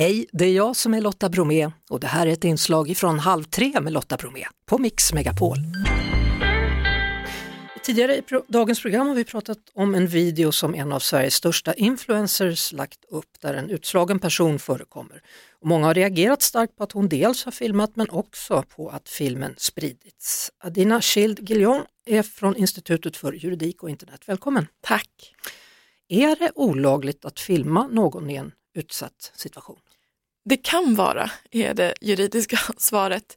Hej, det är jag som är Lotta Bromé och det här är ett inslag ifrån 2:30 med Lotta Bromé på Mix Megapol. Tidigare i dagens program har vi pratat om en video som en av Sveriges största influencers lagt upp där en utslagen person förekommer. Och många har reagerat starkt på att hon dels har filmat men också på att filmen spridits. Adina Schild-Guillon är från Institutet för juridik och internet. Välkommen. Tack. Är det olagligt att filma någon i en utsatt situation? Det kan vara, är det juridiska svaret.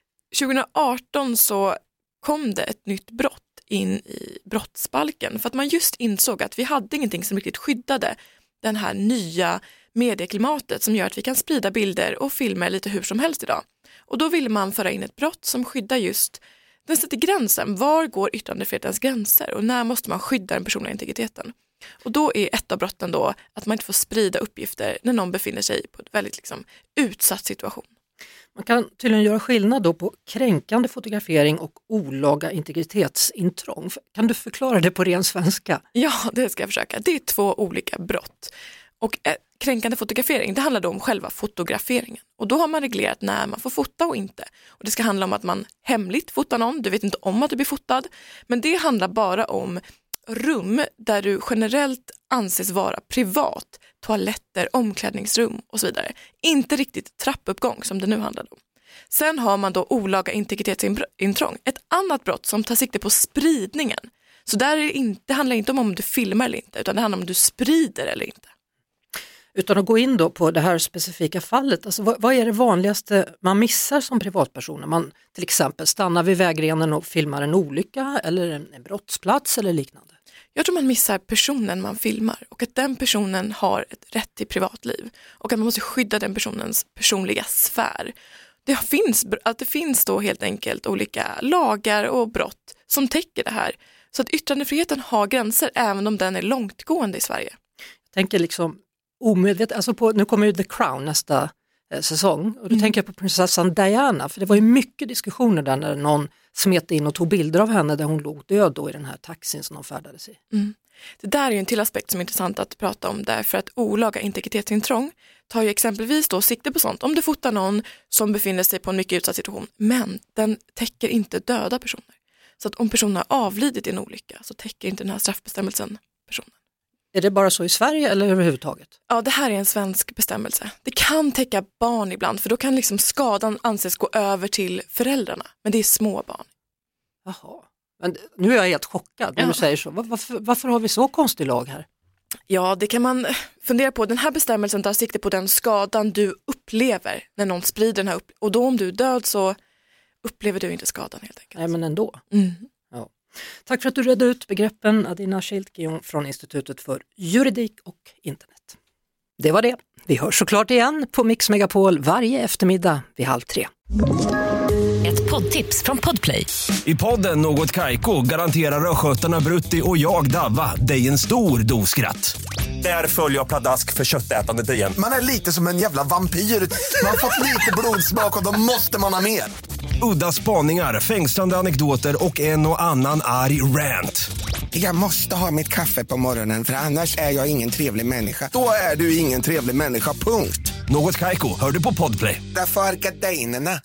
2018 så kom det ett nytt brott in i brottsbalken för att man just insåg att vi hade ingenting som riktigt skyddade den här nya medieklimatet som gör att vi kan sprida bilder och filmer lite hur som helst idag. Och då ville man föra in ett brott som skyddar just, den sätter gränsen, var går yttrandefrihetens gränser och när måste man skydda den personliga integriteten. Och då är ett av brotten då att man inte får sprida uppgifter när någon befinner sig på ett väldigt utsatt situation. Man kan tydligen göra skillnad då på kränkande fotografering och olaga integritetsintrång. Kan du förklara det på ren svenska? Ja, det ska jag försöka. Det är 2 olika brott. Och kränkande fotografering, det handlar då om själva fotograferingen. Och då har man reglerat när man får fota och inte. Och det ska handla om att man hemligt fotar någon. Du vet inte om att du blir fotad. Men det handlar bara om rum där du generellt anses vara privat, toaletter, omklädningsrum och så vidare. Inte riktigt trappuppgång som det nu handlar om. Sen har man då olaga integritetsintrång, ett annat brott som tar sikte på spridningen. Så där är det handlar inte om du filmar eller inte, utan det handlar om du sprider eller inte. Utan att gå in då på det här specifika fallet, alltså vad är det vanligaste man missar som privatperson? Man till exempel stannar vid vägrenen och filmar en olycka eller en brottsplats eller liknande. Jag tror man missar personen man filmar och att den personen har ett rätt till privatliv och att man måste skydda den personens personliga sfär. Det finns då helt enkelt olika lagar och brott som täcker det här. Så att yttrandefriheten har gränser även om den är långtgående i Sverige. Jag tänker omedvetet, alltså nu kommer ju The Crown nästa säsong och då tänker jag på prinsessan Diana, för det var ju mycket diskussioner där när någon smet in och tog bilder av henne där hon låg död då i den här taxin som de färdades i. Det där är ju en till aspekt som är intressant att prata om, därför att olaga integritetsintrång tar ju exempelvis då sikte på sånt om du fotar någon som befinner sig på en mycket utsatt situation, men den täcker inte döda personer. Så att om personen har avlidit i en olycka så täcker inte den här straffbestämmelsen personen. Är det bara så i Sverige eller överhuvudtaget? Ja, det här är en svensk bestämmelse. Det kan täcka barn ibland, för då kan skadan anses gå över till föräldrarna. Men det är små barn. Jaha, men nu är jag helt chockad när du säger så. Varför har vi så konstig lag här? Ja, det kan man fundera på. Den här bestämmelsen tar sikte på den skadan du upplever när någon sprider den här och då om du är död så upplever du inte skadan helt enkelt. Nej, men ändå. Ja. Tack för att du redde ut begreppen, Adina Schild-Guillon från Institutet för juridik och internet. Det var det. Vi hörs såklart igen på Mix Megapol varje eftermiddag vid 2:30. Ett poddtips från Podplay. I podden Något Kaiko garanterar röskötarna Brutti och jag Davva dig en stor doskratt. Där följer jag pladask för köttätandet igen. Man är lite som en jävla vampyr. Man har fått lite blodsmak och då måste man ha mer. Udda spaningar, fängslande anekdoter och en och annan arg rant. Jag måste ha mitt kaffe på morgonen för annars är jag ingen trevlig människa. Då är du ingen trevlig människa, punkt. Något Kaiko, hör du på Podplay. Därför är gardinerna.